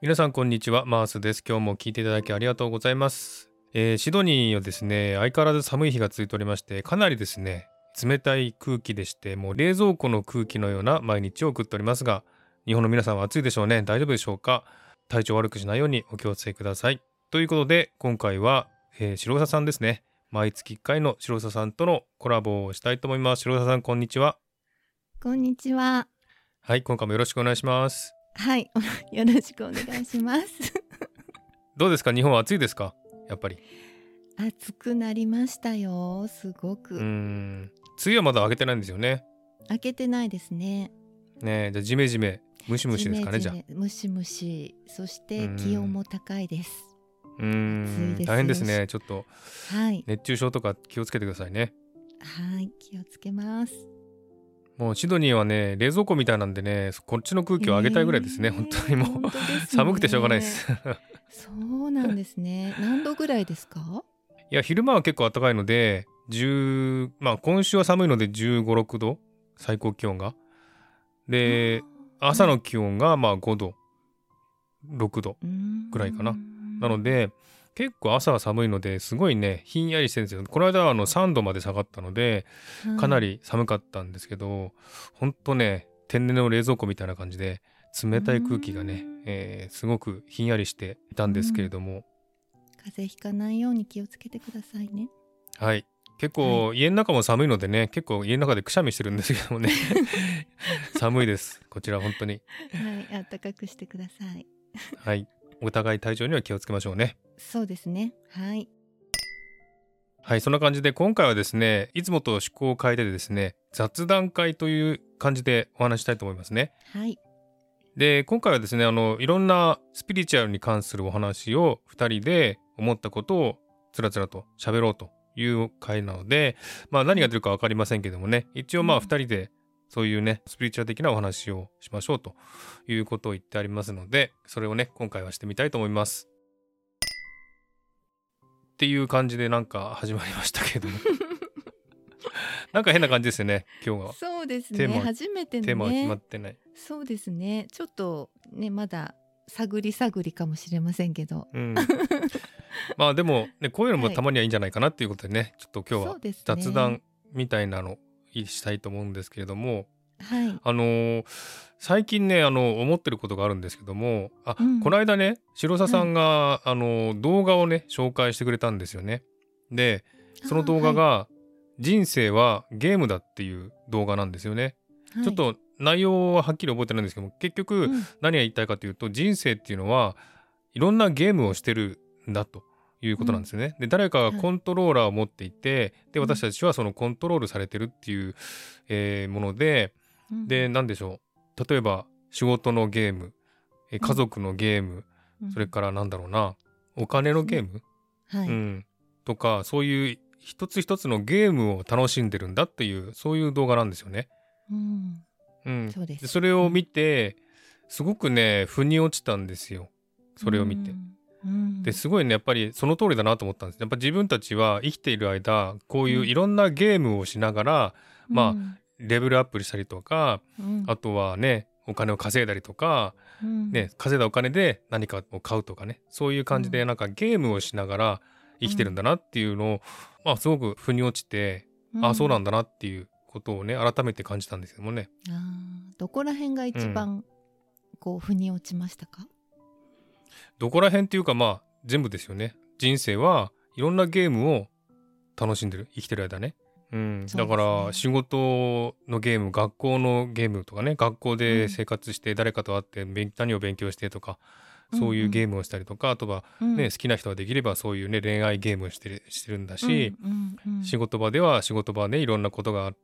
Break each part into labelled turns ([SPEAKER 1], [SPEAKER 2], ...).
[SPEAKER 1] 皆さんこんにちは、マースです。今日も聞いていただきありがとうございます。シドニーはですね、相変わらず寒い日が続いておりまして、かなりですね、冷たい空気でして、もう冷蔵庫の空気のような毎日を送っておりますが、日本の皆さんは暑いでしょうね。大丈夫でしょうか？体調悪くしないようにお気をつけください。ということで、今回は、白佐さんですね。毎月1回の白佐さんとのコラボをしたいと思います。白佐さん、こんにちは。
[SPEAKER 2] こんにちは。
[SPEAKER 1] はい、今回もよろしくお願いします。
[SPEAKER 2] はい、よろしくお願いします。
[SPEAKER 1] どうですか？日本は暑いですか？やっぱり。
[SPEAKER 2] 暑くなりましたよ。すごく。
[SPEAKER 1] 梅雨はまだ明けてないんですよね。
[SPEAKER 2] 開けてないですね。
[SPEAKER 1] ねえ、じゃあジメジメ、ムシムシですかね、じゃあ。
[SPEAKER 2] ムシムシ、そして気温も高いです。暑いですよ。
[SPEAKER 1] 大変ですね。ちょっと
[SPEAKER 2] はい。
[SPEAKER 1] 熱中症とか気をつけてくださいね。
[SPEAKER 2] はい、気をつけます。
[SPEAKER 1] もうシドニーはね、冷蔵庫みたいなんでね、こっちの空気を上げたいぐらいですね。本当にもう
[SPEAKER 2] 本当ですね。
[SPEAKER 1] 寒くてしょうがないです。
[SPEAKER 2] そうなんですね。何度ぐらいですか？
[SPEAKER 1] いや、昼間は結構暖かいので、今週は寒いので15、6度、最高気温が。で、朝の気温が5度、6度ぐらいかな。なので、結構朝は寒いのですごいね、ひんやりしてるんですよ。この間は3度まで下がったので、かなり寒かったんですけど、ほんとね、天然の冷蔵庫みたいな感じで、冷たい空気がね、すごくひんやりしていたんですけれども、
[SPEAKER 2] 風邪ひかないように気をつけてくださいね。
[SPEAKER 1] はい。結構家の中も寒いのでね、結構家の中でくしゃみしてるんですけどもね寒いです。こちら本当に。
[SPEAKER 2] はい、暖かくしてください。
[SPEAKER 1] はい。お互い体調には気をつけましょうね。
[SPEAKER 2] そうですね。はい。
[SPEAKER 1] はい、そんな感じで今回はですね、いつもと趣向を変えてですね、雑談会という感じでお話したいと思いますね。
[SPEAKER 2] はい。
[SPEAKER 1] で、今回はですね、いろんなスピリチュアルに関するお話を2人で思ったことをつらつらと喋ろうという回なので、何が出るか分かりませんけどもね、一応2人でそういうね、スピリチュアル的なお話をしましょうということを言ってありますので、それをね、今回はしてみたいと思います。っていう感じでなんか始まりましたけどもなんか変な感じですよね、今日は。
[SPEAKER 2] そうですね。初めてのね。
[SPEAKER 1] テーマは決まってない。
[SPEAKER 2] そうですね。ちょっとね、まだ探りかもしれませんけど。
[SPEAKER 1] でもね、こういうのもたまにはいいんじゃないかなっていうことでね、ちょっと今日は雑談みたいなのしたいと思うんですけれども、
[SPEAKER 2] はい。
[SPEAKER 1] 最近ね、思ってることがあるんですけども、この間ね、白佐さんが、動画をね、紹介してくれたんですよね。で、その動画が、人生はゲームだっていう動画なんですよね。ちょっと内容ははっきり覚えてないんですけども、結局何が言いたいかというと、人生っていうのはいろんなゲームをしてるんだということなんですよね。で、誰かがコントローラーを持っていて、で、私たちはそのコントロールされてるっていう、もので、で、何でしょう。例えば仕事のゲーム、家族のゲーム、それからなんだろうな、お金のゲーム、とか、そういう一つ一つのゲームを楽しんでるんだっていう、そういう動画なんですよね。
[SPEAKER 2] そうです。
[SPEAKER 1] それを見て、すごくね、腑に落ちたんですよ。それを見て。ですごいね、やっぱりその通りだなと思ったんです。やっぱ自分たちは生きている間、こういういろんなゲームをしながら、レベルアップしたりとか、あとはね、お金を稼いだりとか、ね、稼いだお金で何かを買うとかね、そういう感じでなんかゲームをしながら生きてるんだなっていうのを、すごく腑に落ちて、そうなんだなっていうことをね、改めて感じたんですけどもね。
[SPEAKER 2] どこら辺が一番こう腑に落ちましたか？
[SPEAKER 1] どこら辺っていうか全部ですよね。人生はいろんなゲームを楽しんでる、生きてる間ね。だから仕事のゲーム、学校のゲームとかね、学校で生活して誰かと会って何を勉強してとか、そういうゲームをしたりとか、あとはね、好きな人ができればそういうね、恋愛ゲームをしてるんだし、仕事場では仕事場でいろんなことがあって、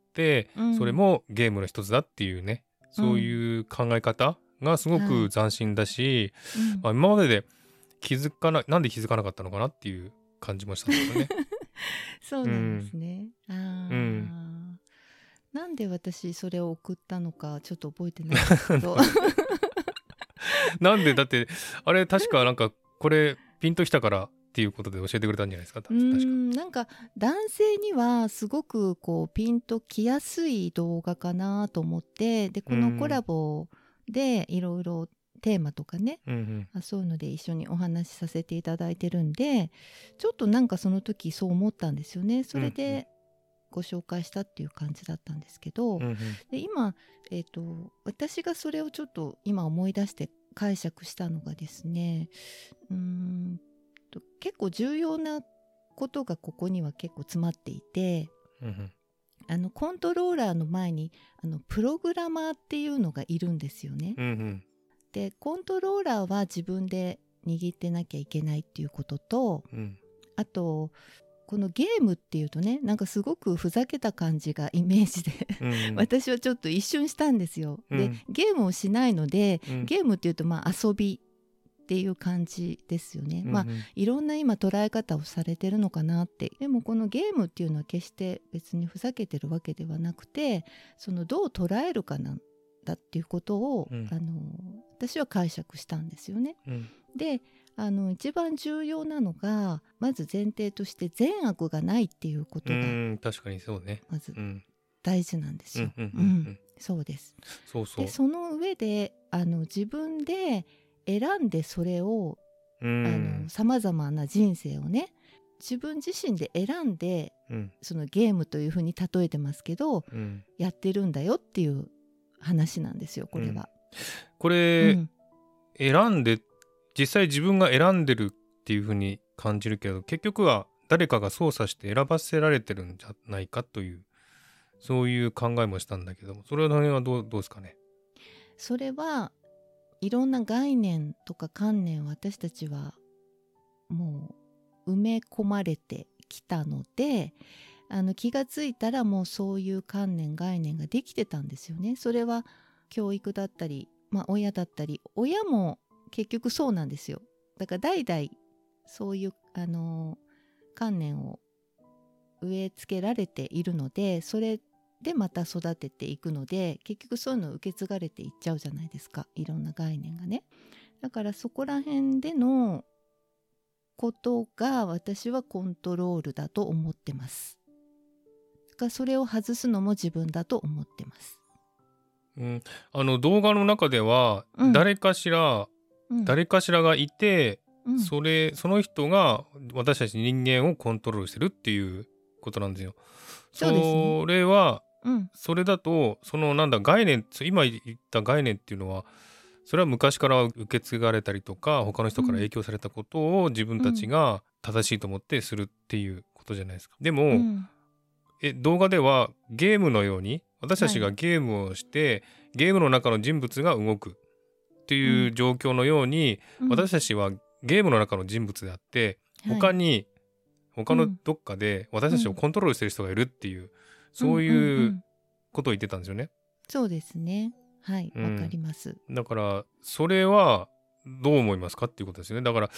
[SPEAKER 1] それもゲームの一つだっていうね、そういう考え方がすごく斬新だし、今まででなんで気づかなかったのかなっていう感じもしたんですよね。
[SPEAKER 2] そうなんですね。なんで私それを送ったのかちょっと覚えてないんですけど
[SPEAKER 1] なんでだってあれ確かなんかこれピンときたからっていうことで教えてくれたんじゃないですか。確か
[SPEAKER 2] なんか男性にはすごくこうピンときやすい動画かなと思って、でこのコラボでいろいろテーマとかね、そういうので一緒にお話しさせていただいてるんで、ちょっとなんかその時そう思ったんですよね。それでご紹介したっていう感じだったんですけど、で今、私がそれをちょっと今思い出して解釈したのがですね、結構重要なことがここには結構詰まっていて、コントローラーの前にプログラマーっていうのがいるんですよね。でコントローラーは自分で握ってなきゃいけないっていうことと、あとこのゲームっていうとね、なんかすごくふざけた感じがイメージで私はちょっと一瞬したんですよ。でゲームをしないので、ゲームっていうと遊びっていう感じですよね。いろんな今捉え方をされてるのかなって。でもこのゲームっていうのは決して別にふざけてるわけではなくて、そのどう捉えるかなんだっていうことを、私は解釈したんですよね。で一番重要なのが、まず前提として善悪がないっていうことが
[SPEAKER 1] 確かにそうね、
[SPEAKER 2] まず大事なんですよ。そうです。でその上で自分で選んでそれをさまざまな人生をね、自分自身で選んで、そのゲームというふうに例えてますけど、やってるんだよっていう話なんですよ、これは。
[SPEAKER 1] これ、選んで実際自分が選んでるっていうふうに感じるけど、結局は誰かが操作して選ばせられてるんじゃないかという、そういう考えもしたんだけども、それの辺はどうですかね。
[SPEAKER 2] それはいろんな概念とか観念を私たちはもう埋め込まれてきたので、気がついたらもうそういう観念概念ができてたんですよね。それは教育だったり、親だったり、親も結局そうなんですよ。だから代々そういう観念を植え付けられているので、それでまた育てていくので、結局そういうのを受け継がれていっちゃうじゃないですか、いろんな概念がね。だからそこら辺でのことが私はコントロールだと思ってます。それを外すのも自分だと思ってます。
[SPEAKER 1] 動画の中では誰かしらがいて、その人が私たち人間をコントロールしてるっていうことなんですよ。
[SPEAKER 2] そうですね。
[SPEAKER 1] それは、それだと概念、今言った概念っていうのは、それは昔から受け継がれたりとか、他の人から影響されたことを自分たちが正しいと思ってするっていうことじゃないですか。でも、動画ではゲームのように私たちがゲームをして、ゲームの中の人物が動くっていう状況のように、私たちはゲームの中の人物であって、他のどっかで私たちをコントロールしてる人がいるっていう、そういうことを言ってたんですよね。
[SPEAKER 2] そうですね。はい、わかります。
[SPEAKER 1] だからそれはどう思いますかっていうことですよね。だから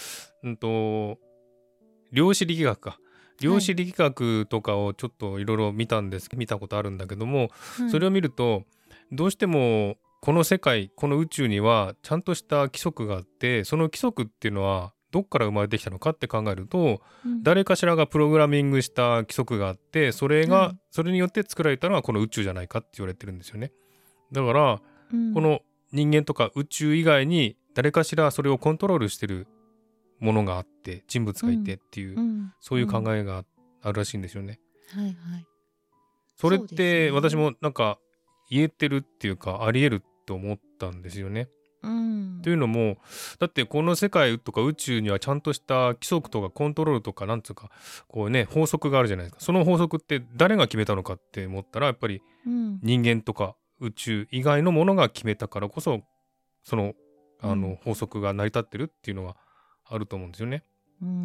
[SPEAKER 1] 量子力学か。量子力学とかをちょっといろいろ見たことあるんだけども、それを見るとどうしてもこの世界、この宇宙にはちゃんとした規則があって、その規則っていうのはどっから生まれてきたのかって考えると、誰かしらがプログラミングした規則があって、それによって作られたのはこの宇宙じゃないかって言われてるんですよね。だから、この人間とか宇宙以外に誰かしらそれをコントロールしてるものがあって、人物がいてっていう、そういう考えがあるらしいんですよね。それって私もなんか言えてるっていうか、あり得ると思ったんですよね。というのも、だってこの世界とか宇宙にはちゃんとした規則とかコントロールとかなんつうかこうね、法則があるじゃないですか。その法則って誰が決めたのかって思ったら、やっぱり人間とか宇宙以外のものが決めたからこそ、その法則が成り立ってるっていうのはあると思うんですよね。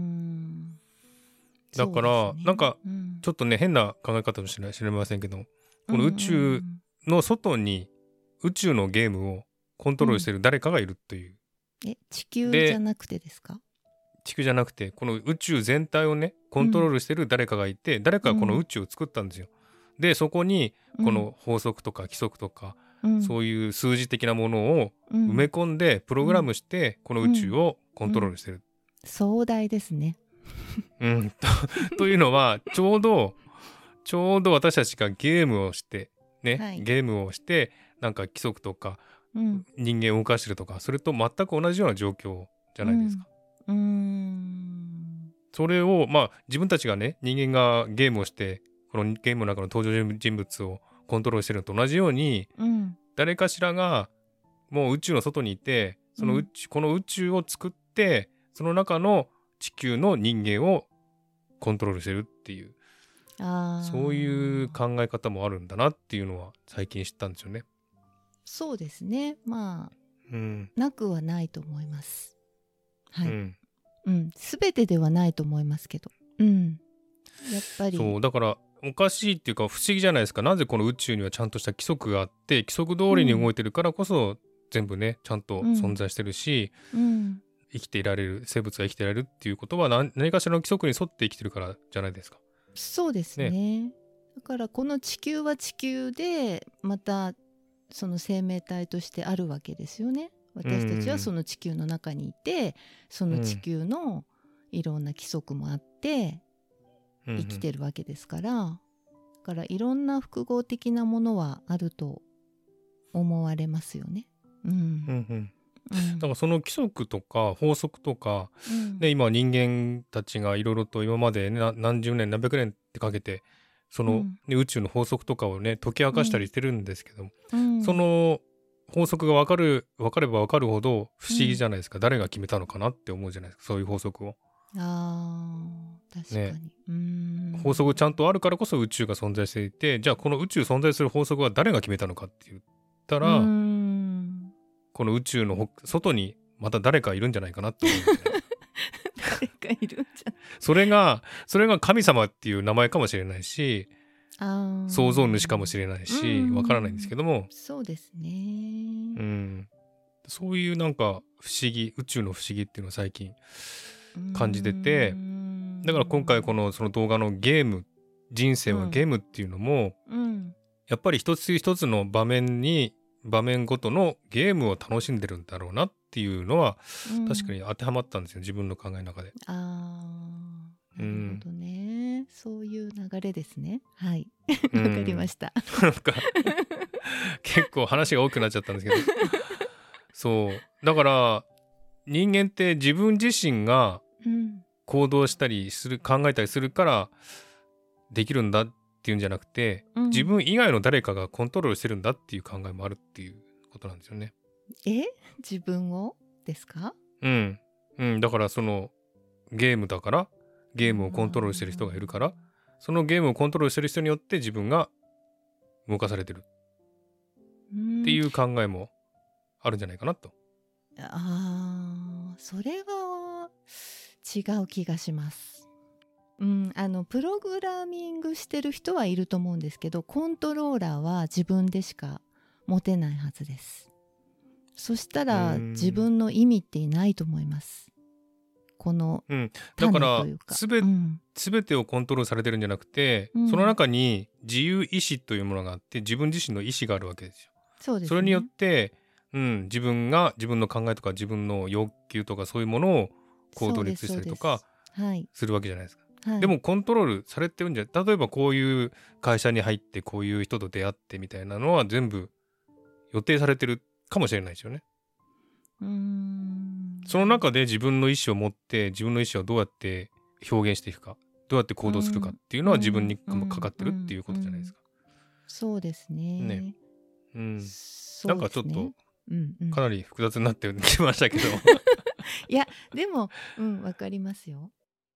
[SPEAKER 1] だから、なんかちょっとね、変な考え方かもしれませんけど、この宇宙の外に宇宙のゲームをコントロールしてる誰かがいるという。
[SPEAKER 2] 地球じゃなくてですか？
[SPEAKER 1] 地球じゃなくて、この宇宙全体をねコントロールしてる誰かがいて、誰かがこの宇宙を作ったんですよ。でそこにこの法則とか規則とか、そういう数字的なものを埋め込んでプログラムして、この宇宙をコントロールしてる。
[SPEAKER 2] 壮大ですね。
[SPEAKER 1] というのはちょうど私たちがゲームをしてね、ゲームをしてなんか規則とか人間を動かしてるとか、それと全く同じような状況じゃないですか。それを自分たちがね、人間がゲームをしてこのゲームの中の登場人物をコントロールしてるのと同じように、誰かしらがもう宇宙の外にいて、この宇宙を作って、その中の地球の人間をコントロールしてるっていう、そういう考え方もあるんだなっていうのは最近知ったんですよね。
[SPEAKER 2] そうですね。なくはないと思います。はい。全てではないと思いますけど。やっぱり。
[SPEAKER 1] そうだからおかしいっていうか不思議じゃないですか。なぜこの宇宙にはちゃんとした規則があって、規則通りに動いてるからこそ、全部ねちゃんと存在してるし、生きていられる、生物が生きていられるっていうことは何かしらの規則に沿って生きてるからじゃないですか。
[SPEAKER 2] そうですね。だからこの地球は地球でまたその生命体としてあるわけですよね。私たちはその地球の中にいて、その地球のいろんな規則もあって生きてるわけですから、だからいろんな複合的なものはあると思われますよね。
[SPEAKER 1] だからその規則とか法則とか、今人間たちがいろいろと今まで、ね、何十年何百年ってかけてその、宇宙の法則とかをね解き明かしたりしてるんですけども、その法則が分かれば分かるほど不思議じゃないですか。誰が決めたのかなって思うじゃないですか、そういう法則を。
[SPEAKER 2] 確かに、
[SPEAKER 1] 法則ちゃんとあるからこそ宇宙が存在していて、じゃあこの宇宙存在する法則は誰が決めたのかって言ったら、この宇宙の外にまた誰かいるんじゃないかなって思うんですね。
[SPEAKER 2] 誰かいるんじゃ
[SPEAKER 1] それが神様っていう名前かもしれないし、創造主かもしれないし、わからないんですけども、
[SPEAKER 2] そうですね。
[SPEAKER 1] そういうなんか不思議、宇宙の不思議っていうのを最近感じてて、だから今回その動画のゲーム、人生はゲームっていうのも、やっぱり一つ一つの場面ごとのゲームを楽しんでるんだろうなっていうのは、確かに当てはまったんですよ、自分の考えの中で。
[SPEAKER 2] なるほどね、そういう流れですね。はい、わかりました。
[SPEAKER 1] なんか結構話が多くなっちゃったんですけどそうだから人間って自分自身が行動したり考えたりするからできるんだっていうんじゃなくて、自分以外の誰かがコントロールしてるんだっていう考えもあるっていうことなんですよね。
[SPEAKER 2] 自分をですか？
[SPEAKER 1] だからそのゲームだからゲームをコントロールしてる人がいるから、そのゲームをコントロールしてる人によって自分が動かされてるっていう考えもあるんじゃないかなと。
[SPEAKER 2] それは違う気がします。プログラミングしてる人はいると思うんですけど、コントローラーは自分でしか持てないはずです。そしたら自分の意味ってないと思います。この
[SPEAKER 1] だから全てをコントロールされてるんじゃなくて、その中に自由意志というものがあって、自分自身の意志があるわけですよ。
[SPEAKER 2] そうですね。
[SPEAKER 1] それによって、自分が自分の考えとか自分の欲求とかそういうものを行動に移したりとかするわけじゃないですか。でもコントロールされてるんじゃ、例えばこういう会社に入ってこういう人と出会ってみたいなのは全部予定されてるかもしれないですよね。その中で自分の意思を持って自分の意思をどうやって表現していくか、どうやって行動するかっていうのは自分にかかってるっていうことじゃないですか。
[SPEAKER 2] そうですね。
[SPEAKER 1] なんかちょっとかなり複雑になってきましたけど
[SPEAKER 2] いやでもわかりますよ。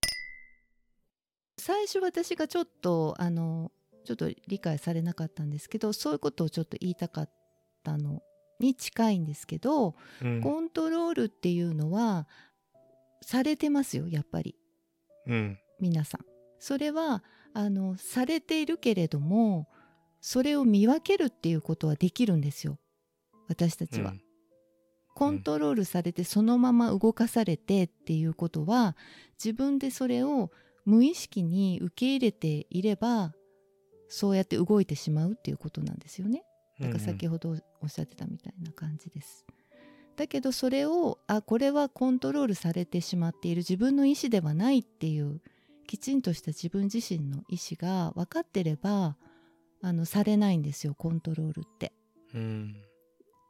[SPEAKER 2] 最初私がちょっと理解されなかったんですけど、そういうことをちょっと言いたかったのに近いんですけど、コントロールっていうのはされてますよ、やっぱり、皆さん。それはされているけれども、それを見分けるっていうことはできるんですよ、私たちは。コントロールされてそのまま動かされてっていうことは、自分でそれを無意識に受け入れていればそうやって動いてしまうっていうことなんですよね。だから先ほどおっしゃってたみたいな感じです。だけどそれをこれはコントロールされてしまっている、自分の意思ではないっていうきちんとした自分自身の意思が分かってればされないんですよ、コントロールって。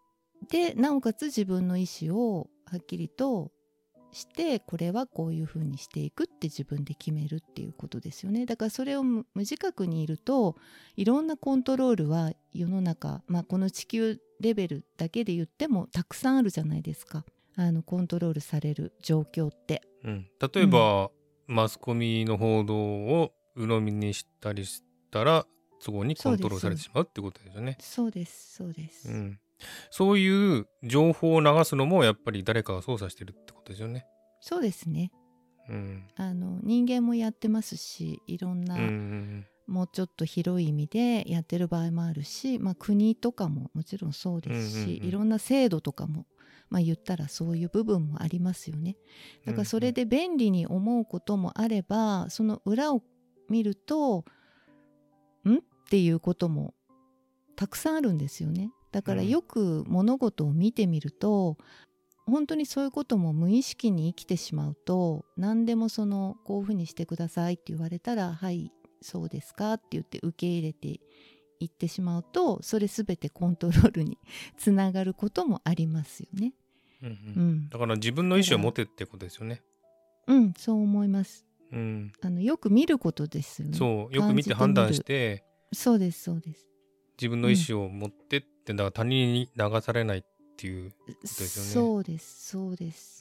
[SPEAKER 2] でなおかつ自分の意思をはっきりとしてこれはこういうふうにしていくって自分で決めるっていうことですよね。だからそれを無自覚にいるといろんなコントロールは世の中、この地球レベルだけで言ってもたくさんあるじゃないですか。コントロールされる状況って、
[SPEAKER 1] 例えば、マスコミの報道を鵜呑みにしたりしたらそこにコントロールされてしまうってことですよね。
[SPEAKER 2] そうです。
[SPEAKER 1] そういう情報を流すのもやっぱり誰かが操作してるってことですよね。
[SPEAKER 2] そうですね。人間もやってますし、いろんな、もうちょっと広い意味でやってる場合もあるし、国とかももちろんそうですし、いろんな制度とかも、言ったらそういう部分もありますよね。だからそれで便利に思うこともあれば、その裏を見るとっていうこともたくさんあるんですよね。だからよく物事を見てみると、本当にそういうことも無意識に生きてしまうと、何でもこういうふうにしてくださいって言われたら、はいそうですかって言って受け入れていってしまうと、それ全てコントロールにつながることもありますよね。
[SPEAKER 1] だから自分の意思を持てってことですよね。
[SPEAKER 2] そう思います。よく見ることですよね。
[SPEAKER 1] そうよく見て判断して、
[SPEAKER 2] そうです
[SPEAKER 1] 自分の意思を持ってって、だから他人に流されないっていうことですよね。
[SPEAKER 2] そうです。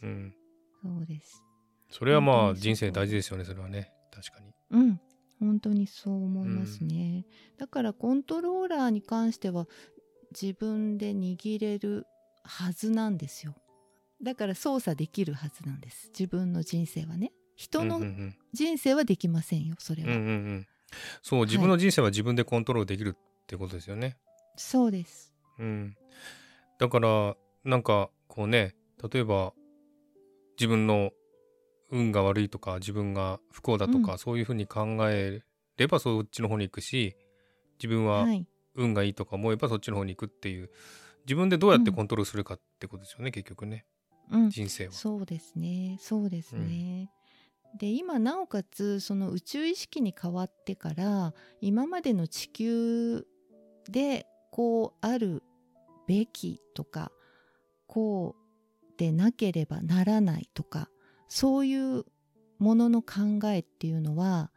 [SPEAKER 1] それは人生大事ですよね。それはね、確かに。
[SPEAKER 2] 本当にそう思いますね。だからコントローラーに関しては自分で握れるはずなんですよ。だから操作できるはずなんです。自分の人生はね。人の人生はできませんよ、それは。
[SPEAKER 1] そう、自分の人生は自分でコントロールできるってことですよね。
[SPEAKER 2] そうです。
[SPEAKER 1] だからなんかこうね、例えば自分の運が悪いとか自分が不幸だとか、そういうふうに考えればそっちの方に行くし、自分は運がいいとか思えばそっちの方に行くっていう、自分でどうやってコントロールするかってことですよね、結局ね、人生は。
[SPEAKER 2] そうですね。で今なおかつその宇宙意識に変わってから、今までの地球でこうあるべきとか、こうでなければならないとか、そういうものの考えっていうのは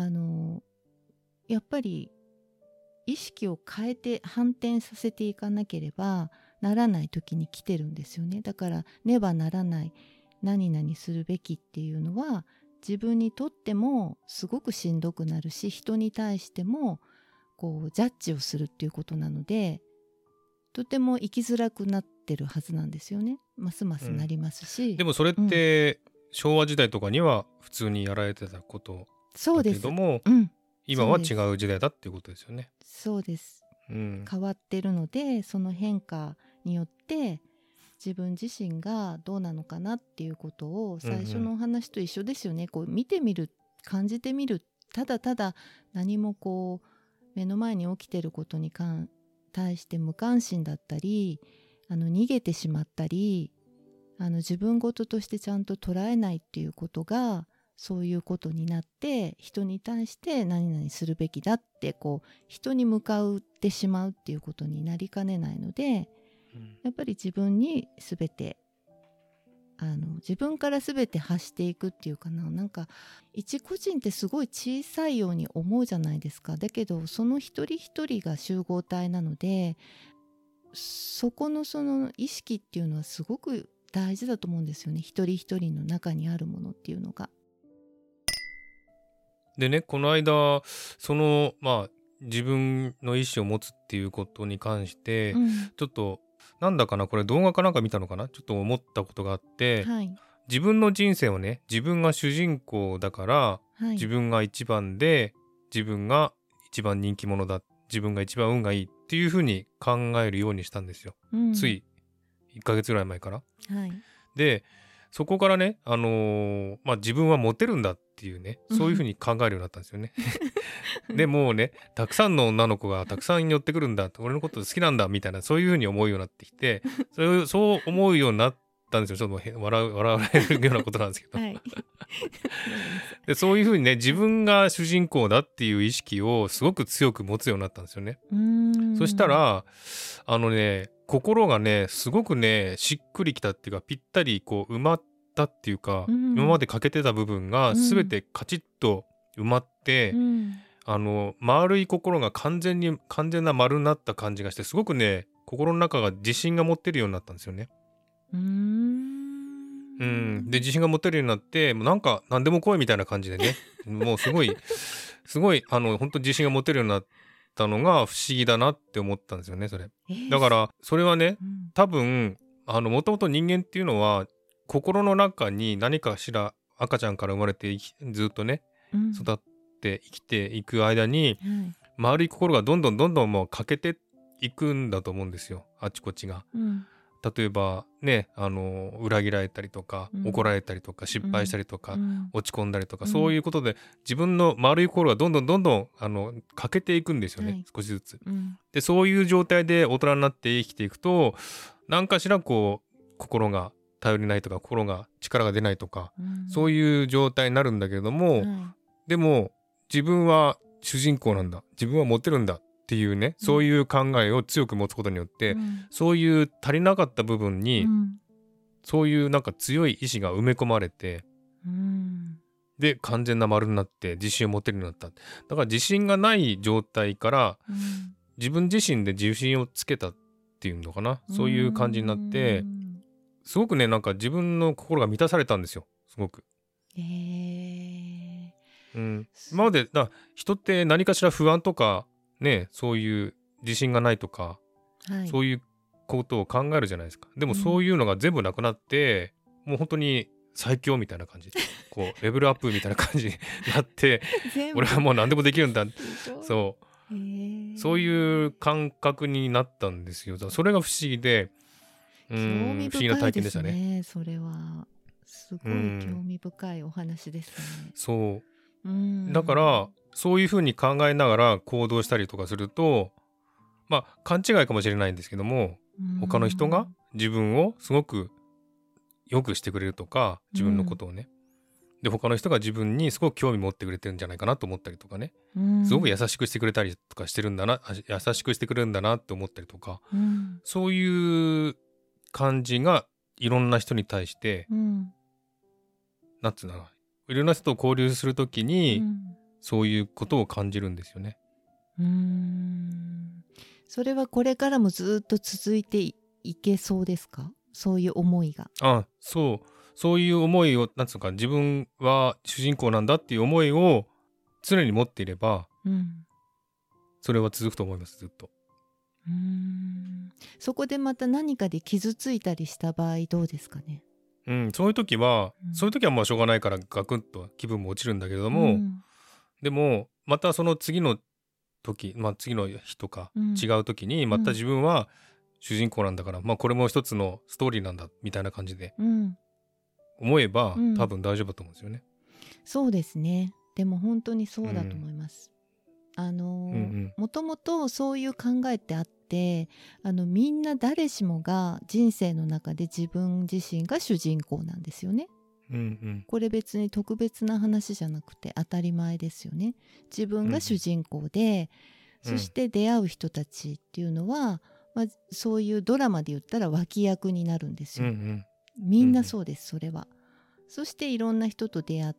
[SPEAKER 2] やっぱり意識を変えて反転させていかなければならない時に来てるんですよね。だからねばならない何々するべきっていうのは自分にとってもすごくしんどくなるし、人に対してもこうジャッジをするっていうことなので、とても生きづらくなってるはずなんですよね。ますますなりますし、
[SPEAKER 1] でもそれって、昭和時代とかには普通にやられてたことだけども、今は違う時代だっていうことですよね。
[SPEAKER 2] そうです、変わってるので、その変化によって自分自身がどうなのかなっていうことを最初のお話と一緒ですよね。こう見てみる、感じてみる、ただただ何もこう目の前に起きてることに対して無関心だったり、逃げてしまったり、自分事としてちゃんと捉えないっていうことがそういうことになって、人に対して何々するべきだってこう人に向かってしまうっていうことになりかねないので、やっぱり自分に全て自分から全て発していくっていうかな、なんか一個人ってすごい小さいように思うじゃないですか。だけどその一人一人が集合体なので、そこのその意識っていうのはすごく大事だと思うんですよね。一人一人の中にあるものっていうのが。
[SPEAKER 1] でね、この間その自分の意思を持つっていうことに関して、ちょっとなんだかな、これ動画かなんか見たのかな、ちょっと思ったことがあって、自分の人生をね、自分が主人公だから、自分が一番で、自分が一番人気者だ、自分が一番運がいいっていう風に考えるようにしたんですよ、つい1ヶ月ぐらい前から。でそこからね、自分はモテるんだっていうね、そういう風に考えるようになったんですよね。でもうね、たくさんの女の子がたくさん寄ってくるんだ、俺のこと好きなんだみたいな、そういう風に思うようになってきて、そう思うようになったんですよ。ちょっと笑われるようなことなんですけど、でそういう風にね、自分が主人公だっていう意識をすごく強く持つようになったんですよね。そしたら心がねすごくねしっくりきたっていうか、ぴったりこう埋まったっていうか、今まで欠けてた部分が全てカチッと埋まって、丸い心が完全な丸になった感じがして、すごくね心の中が自信が持てるようになったんですよね。で自信が持てるようになって、もうなんか何でも来いみたいな感じでねもうすごい本当自信が持てるようになったのが不思議だなって思ったんですよね、それ。だからそれはね、多分もともと人間っていうのは心の中に何かしら赤ちゃんから生まれてずっとね、育って生きていく間に、丸い心がどんどんもう欠けていくんだと思うんですよ、あっちこっちが。例えばね、裏切られたりとか、怒られたりとか、失敗したりとか、落ち込んだりとか、そういうことで自分の丸い心がどんどん欠けていくんですよね、少しずつ。でそういう状態で大人になって生きていくと、何かしらこう心が頼りないとか、心が力が出ないとか、そういう状態になるんだけれども、でも自分は主人公なんだ、自分は持てるんだっていうね、そういう考えを強く持つことによって、そういう足りなかった部分に、そういうなんか強い意志が埋め込まれて、で完全な丸になって自信を持てるようになった。だから自信がない状態から、自分自身で自信をつけたっていうのかな、そういう感じになって、すごくねなんか自分の心が満たされたんですよ、すごく。今まで人って何かしら不安とかね、そういう自信がないとか、そういうことを考えるじゃないですか。でもそういうのが全部なくなって、もう本当に最強みたいな感じ、こうレベルアップみたいな感じになって俺はもう何でもできるんだそういう感覚になったんですよ。それが不思議で、
[SPEAKER 2] 興味深いですね。それはすごい興味深いお話ですね。
[SPEAKER 1] そうだからそういうふうに考えながら行動したりとかすると、まあ勘違いかもしれないんですけども、他の人が自分をすごくよくしてくれるとか、自分のことをね、で他の人が自分にすごく興味持ってくれてるんじゃないかなと思ったりとかね、すごく優しくしてくれたりとかしてるんだな、優しくしてくれるんだなって思ったりとか、そういう感じがいろんな人に対して、なんつうのかな、いろんな人と交流するときに、そういうことを感じるんですよね。
[SPEAKER 2] それはこれからもずっと続いていけそうですか？そういう思いが。
[SPEAKER 1] そういう思いを、なんつうか、自分は主人公なんだっていう思いを常に持っていれば、それは続くと思います、ずっと。
[SPEAKER 2] そこでまた何かで傷ついたりした場合どうですかね？
[SPEAKER 1] そういう時はまあしょうがないからガクンと気分も落ちるんだけれども、でもまたその次の時、次の日とか違う時にまた自分は主人公なんだから、これも一つのストーリーなんだみたいな感じで思えば、多分大丈夫だと思うんですよね。
[SPEAKER 2] そうですね。でも本当にそうだと思います。もともとそういう考えってあって、みんな誰しもが人生の中で自分自身が主人公なんですよね。これ別に特別な話じゃなくて当たり前ですよね。自分が主人公で、そして出会う人たちっていうのは、そういうドラマで言ったら脇役になるんですよ。みんなそうです、それは。そしていろんな人と出会って、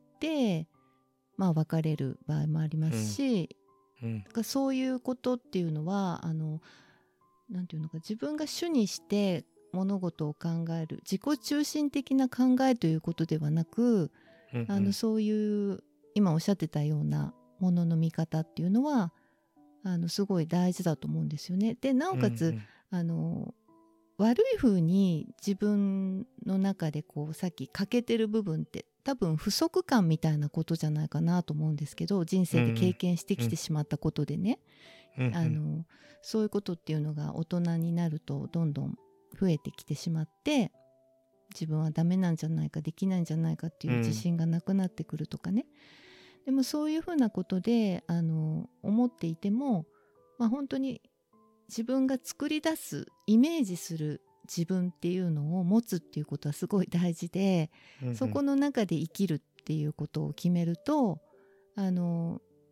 [SPEAKER 2] 別れる場合もありますし、そういうことっていうのはなんていうのか、自分が主にして物事を考える自己中心的な考えということではなく、そういう今おっしゃってたようなものの見方っていうのはすごい大事だと思うんですよね。でなおかつ、悪い風に自分の中でこうさっき欠けてる部分って多分不足感みたいなことじゃないかなと思うんですけど、人生で経験してきてしまったことでね、そういうことっていうのが大人になるとどんどん増えてきてしまって、自分はダメなんじゃないか、できないんじゃないかっていう自信がなくなってくるとかね、でもそういうふうなことで思っていても、本当に自分が作り出すイメージする自分っていうのを持つっていうことはすごい大事で、そこの中で生きるっていうことを決めると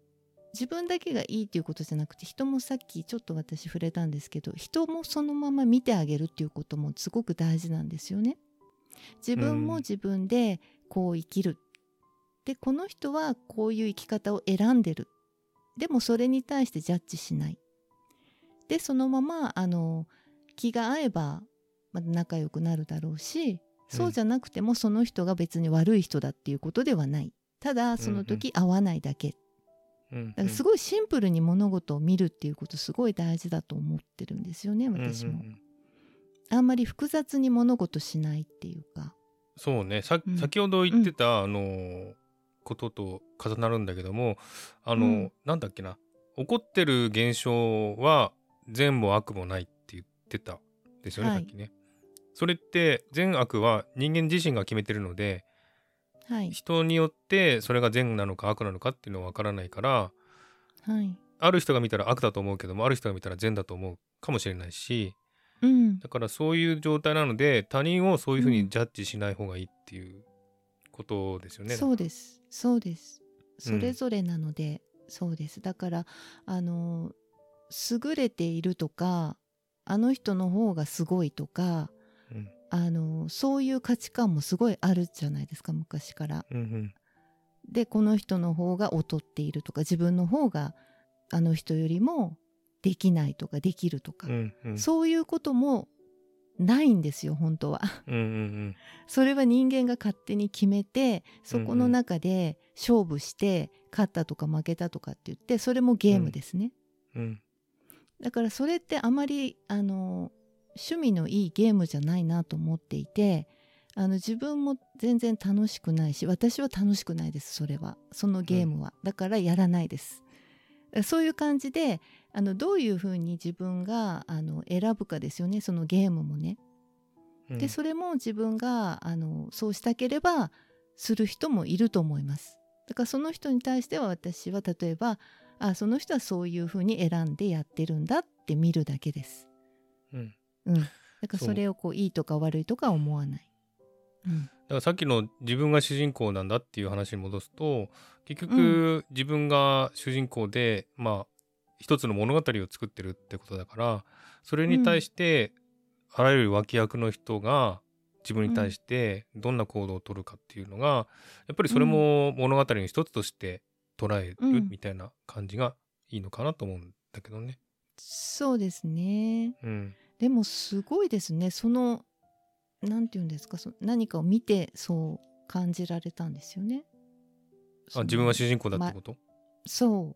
[SPEAKER 2] 自分だけがいいっていうことじゃなくて、人もさっきちょっと私触れたんですけど、人もそのまま見てあげるっていうこともすごく大事なんですよね。自分も自分でこう生きる。で、この人はこういう生き方を選んでる。でもそれに対してジャッジしない。で、そのまま気が合えばまた仲良くなるだろうし、そうじゃなくてもその人が別に悪い人だっていうことではない。ただその時合わないだけ。だからすごいシンプルに物事を見るっていうことすごい大事だと思ってるんですよね、私も。あんまり複雑に物事しないっていうか。
[SPEAKER 1] そうね、先ほど言ってた、ことと重なるんだけども、なんだっけな、起こってる現象は善も悪もないって言ってたですよね、さっきね。それって善悪は人間自身が決めてるので、人によってそれが善なのか悪なのかっていうのは分からないから、ある人が見たら悪だと思うけども、ある人が見たら善だと思うかもしれないし、だからそういう状態なので、他人をそういうふうにジャッジしない方がいいっていうことですよね。
[SPEAKER 2] そうです、そうです。それぞれなので、そうです。だから優れているとか、あの人の方がすごいとか、そういう価値観もすごいあるじゃないですか、昔から。で、この人の方が劣っているとか、自分の方があの人よりもできないとかできるとか、そういうこともないんですよ、本当は。それは人間が勝手に決めて、そこの中で勝負して勝ったとか負けたとかって言って、それもゲームですね。だからそれってあまり趣味のいいゲームじゃないなと思っていて、自分も全然楽しくないし、私は楽しくないです。それは、そのゲームは、だからやらないです。そういう感じでどういうふうに自分が選ぶかですよね、そのゲームもね。でそれも自分がそうしたければする人もいると思います。だからその人に対しては、私は例えばその人はそういうふうに選んでやってるんだって見るだけです。だからそれをこういいとか悪いとか思わない。
[SPEAKER 1] だからさっきの自分が主人公なんだっていう話に戻すと、結局、自分が主人公で一つの物語を作ってるってことだから、それに対して、あらゆる脇役の人が自分に対してどんな行動を取るかっていうのが、やっぱりそれも物語の一つとして捉えるみたいな感じがいいのかなと思うんだけどね。
[SPEAKER 2] そうですね。でもすごいですね。なんていうんですか、何かを見てそう感じられたんですよね。
[SPEAKER 1] 自分は主人公だってこと？
[SPEAKER 2] そう 。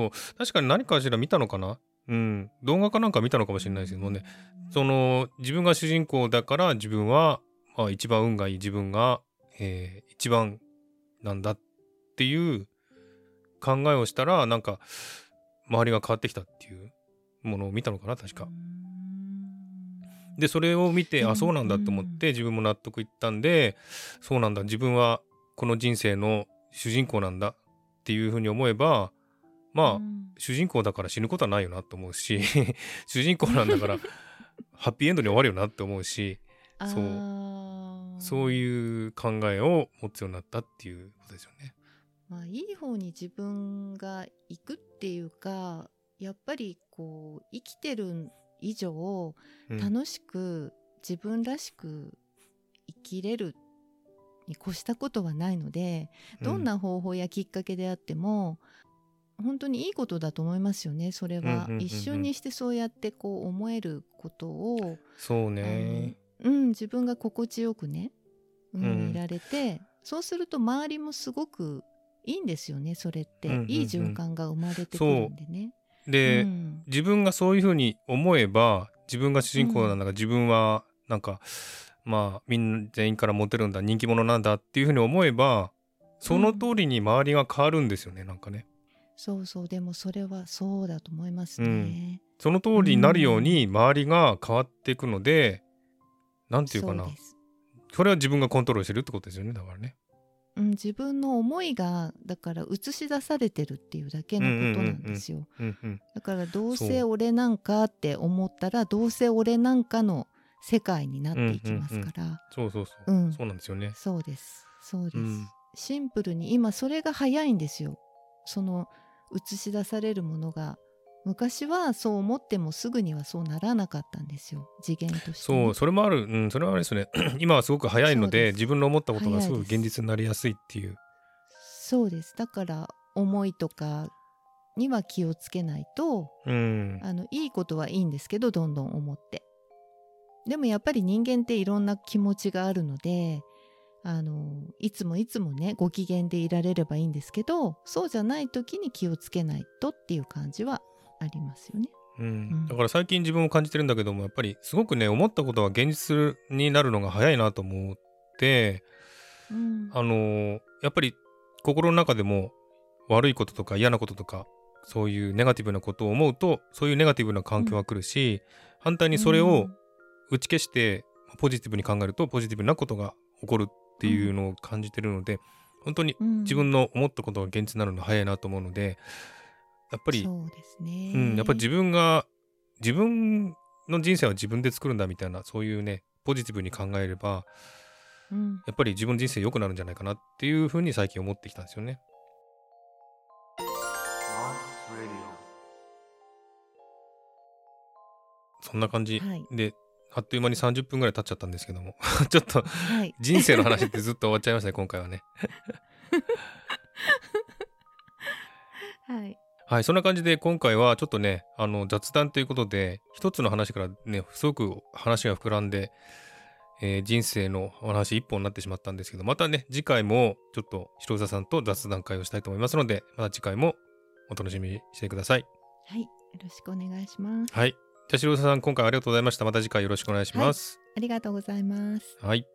[SPEAKER 1] 確かに何かしら見たのかな？動画かなんか見たのかもしれないですけどもね。自分が主人公だから自分は、一番運がいい自分が、一番なんだっていう考えをしたら、なんか周りが変わってきたっていうものを見たのかな、確か。でそれを見て、そうなんだと思って自分も納得いったんで、そうなんだ、自分はこの人生の主人公なんだっていうふうに思えば、主人公だから死ぬことはないよなと思うし主人公なんだからハッピーエンドに終わるよなって思うし、そういう考えを持つようになったっていうことですよね。
[SPEAKER 2] いい方に自分が行くっていうか、やっぱりこう生きてる以上楽しく自分らしく生きれるに越したことはないので、どんな方法やきっかけであっても本当にいいことだと思いますよね。それは一瞬にしてそうやってこう思えることを、
[SPEAKER 1] そうね、
[SPEAKER 2] 自分が心地よくね、いられて、そうすると周りもすごくいいんですよね。それって、いい循環が生まれてくるんでね。
[SPEAKER 1] で、自分がそういうふうに思えば、自分が主人公なんだから、自分はなんかみんな全員からモテるんだ、人気者なんだっていうふうに思えば、その通りに周りが変わるんですよね、なんかね。
[SPEAKER 2] そうでもそれはそうだと思いますね。
[SPEAKER 1] その通りになるように周りが変わっていくので、なんていうかな、それは自分がコントロールしてるってことですよね、だからね。
[SPEAKER 2] 自分の思いがだから映し出されてるっていうだけのことなんですよ。だからどうせ俺なんかって思ったら、どうせ俺なんかの世界になっていきますから。
[SPEAKER 1] そうなんですよね。
[SPEAKER 2] そうです。シンプルに今それが早いんですよ。 映し出されるものが昔はそう思ってもすぐにはそうならなかったんですよ、次元としてね。
[SPEAKER 1] そう、それもある、それはあれですね。今はすごく早いので、
[SPEAKER 2] そうです。
[SPEAKER 1] 自分の思ったことがす
[SPEAKER 2] 早いです。
[SPEAKER 1] ぐ現実になりやすいっていう。
[SPEAKER 2] そうです。だから思いとかには気をつけないと、いいことはいいんですけど、どんどん思って。でもやっぱり人間っていろんな気持ちがあるので、いつもいつもね、ご機嫌でいられればいいんですけど、そうじゃない時に気をつけないとっていう感じはありますよね。
[SPEAKER 1] だから最近自分も感じてるんだけども、やっぱりすごくね、思ったことが現実になるのが早いなと思って、やっぱり心の中でも悪いこととか嫌なこととか、そういうネガティブなことを思うと、そういうネガティブな環境が来るし、反対にそれを打ち消してポジティブに考えるとポジティブなことが起こるっていうのを感じてるので、本当に自分の思ったことが現実になるの早いなと思うので、やっぱり
[SPEAKER 2] そうですね、
[SPEAKER 1] やっぱり自分の人生は自分で作るんだみたいな、そういうね、ポジティブに考えれば、やっぱり自分の人生良くなるんじゃないかなっていうふうに最近思ってきたんですよね。そんな感じ、で、あっという間に30分ぐらい経っちゃったんですけどもちょっと、人生の話ってずっと終わっちゃいましたね、今回はねはい、そんな感じで今回はちょっとね、雑談ということで、一つの話からね、すごく話が膨らんで、人生のお話一本になってしまったんですけど、またね、次回もちょっと白澤さんと雑談会をしたいと思いますので、また次回もお楽しみにしてください。
[SPEAKER 2] はい、よろしくお願いします。
[SPEAKER 1] はい。じゃあ白澤さん、今回ありがとうございました。また次回よろしくお願いします。
[SPEAKER 2] ありがとうございます。
[SPEAKER 1] はい。